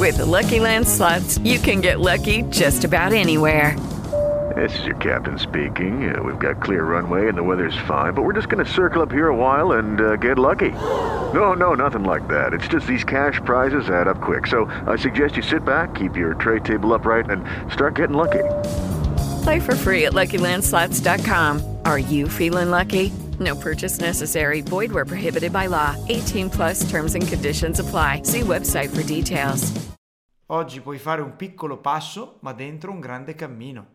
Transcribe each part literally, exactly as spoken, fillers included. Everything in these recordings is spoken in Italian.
With the Lucky Land Slots, you can get lucky just about anywhere. This is your captain speaking. Uh, we've got clear runway and the weather's fine, but we're just going to circle up here a while and uh, get lucky. No, no, nothing like that. It's just these cash prizes add up quick. So I suggest you sit back, keep your tray table upright, and start getting lucky. Play for free at Lucky Land Slots dot com. Are you feeling lucky? No purchase necessary. Void where prohibited by law. eighteen plus terms and conditions apply. See website for details. Oggi puoi fare un piccolo passo, ma dentro un grande cammino.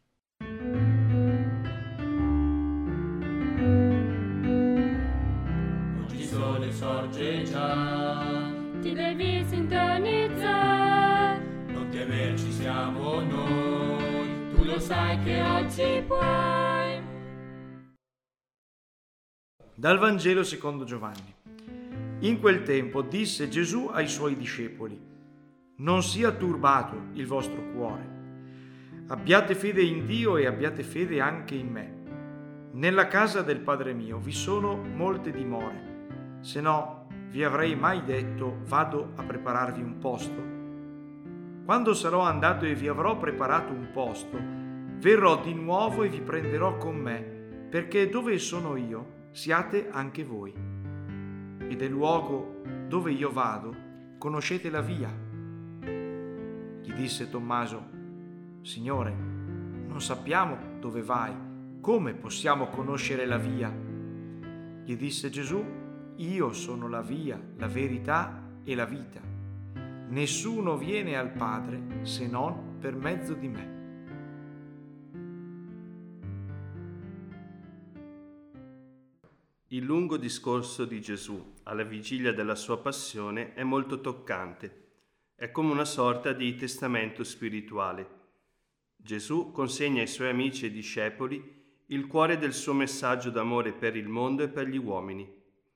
Oggi il sole sorge già, ti devi sintonizzare, non temer, ci siamo noi, tu lo sai che oggi puoi. Dal Vangelo secondo Giovanni. In quel tempo disse Gesù ai suoi discepoli: non sia turbato il vostro cuore. Abbiate fede in Dio e abbiate fede anche in me. Nella casa del Padre mio vi sono molte dimore, se no vi avrei mai detto vado a prepararvi un posto. Quando sarò andato e vi avrò preparato un posto, verrò di nuovo e vi prenderò con me, perché dove sono io siate anche voi. E del luogo dove io vado conoscete la via. Gli disse Tommaso: Signore, non sappiamo dove vai, come possiamo conoscere la via? Gli disse Gesù: io sono la via, la verità e la vita. Nessuno viene al Padre se non per mezzo di me. Il lungo discorso di Gesù alla vigilia della sua passione è molto toccante. È come una sorta di testamento spirituale. Gesù consegna ai suoi amici e discepoli il cuore del suo messaggio d'amore per il mondo e per gli uomini.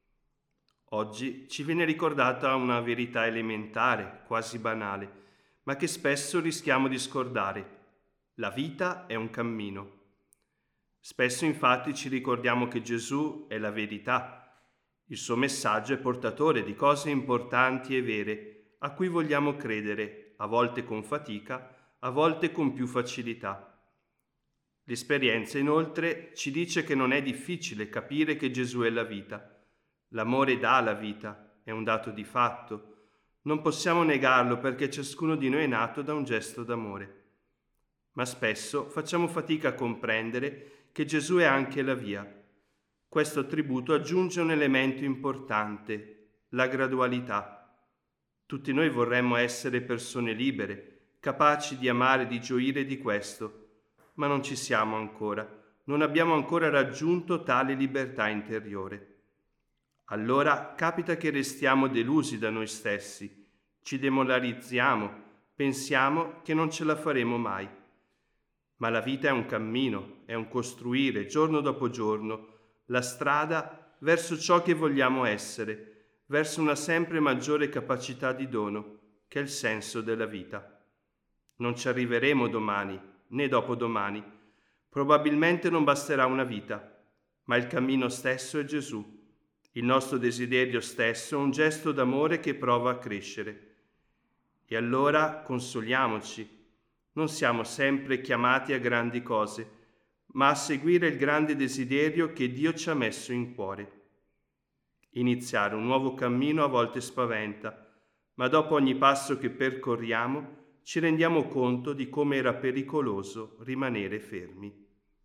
Oggi ci viene ricordata una verità elementare, quasi banale, ma che spesso rischiamo di scordare. La vita è un cammino. Spesso infatti ci ricordiamo che Gesù è la verità. Il suo messaggio è portatore di cose importanti e vere a cui vogliamo credere, a volte con fatica, a volte con più facilità. L'esperienza inoltre ci dice che non è difficile capire che Gesù è la vita. L'amore dà la vita, è un dato di fatto. Non possiamo negarlo perché ciascuno di noi è nato da un gesto d'amore. Ma spesso facciamo fatica a comprendere che Gesù è anche la via. Questo attributo aggiunge un elemento importante, la gradualità. Tutti noi vorremmo essere persone libere, capaci di amare e di gioire di questo, ma non ci siamo ancora, non abbiamo ancora raggiunto tale libertà interiore. Allora capita che restiamo delusi da noi stessi, ci demoralizziamo, pensiamo che non ce la faremo mai. Ma la vita è un cammino, è un costruire giorno dopo giorno la strada verso ciò che vogliamo essere, verso una sempre maggiore capacità di dono, che è il senso della vita. Non ci arriveremo domani, né dopodomani. Probabilmente non basterà una vita, ma il cammino stesso è Gesù. Il nostro desiderio stesso è un gesto d'amore che prova a crescere. E allora consoliamoci. Non siamo sempre chiamati a grandi cose, ma a seguire il grande desiderio che Dio ci ha messo in cuore. Iniziare un nuovo cammino a volte spaventa, ma dopo ogni passo che percorriamo ci rendiamo conto di come era pericoloso rimanere fermi.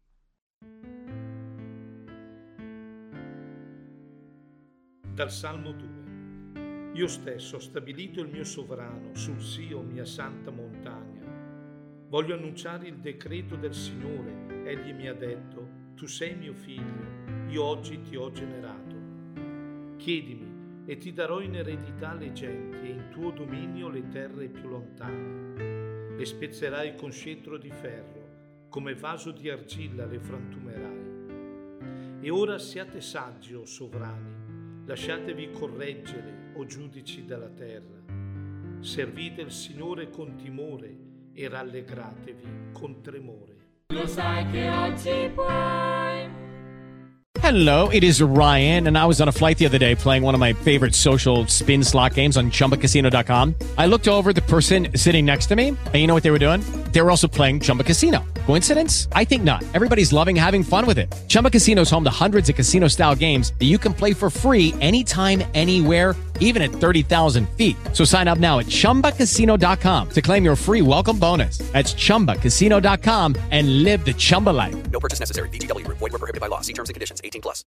Dal Salmo due. Io stesso ho stabilito il mio sovrano sul Sion, mia santa montagna. Voglio annunciare il decreto del Signore. Egli mi ha detto: tu sei mio figlio, io oggi ti ho generato. Chiedimi e ti darò in eredità le genti e in tuo dominio le terre più lontane. Le spezzerai con scettro di ferro, come vaso di argilla le frantumerai. E ora siate saggi, o sovrani, lasciatevi correggere, o giudici della terra. Servite il Signore con timore e rallegratevi con tremore. Lo sai che oggi puoi. Hello, it is Ryan, and I was on a flight the other day playing one of my favorite social spin slot games on Chumba Casino dot com. I looked over at the person sitting next to me, and you know what they were doing? They were also playing Chumba Casino. Coincidence? I think not. Everybody's loving having fun with it. Chumba Casino is home to hundreds of casino-style games that you can play for free anytime, anywhere, even at thirty thousand feet. So sign up now at Chumba Casino dot com to claim your free welcome bonus. That's Chumba Casino dot com and live the Chumba life. No purchase necessary. V G W. Void where prohibited by law. See terms and conditions. eighteen plus.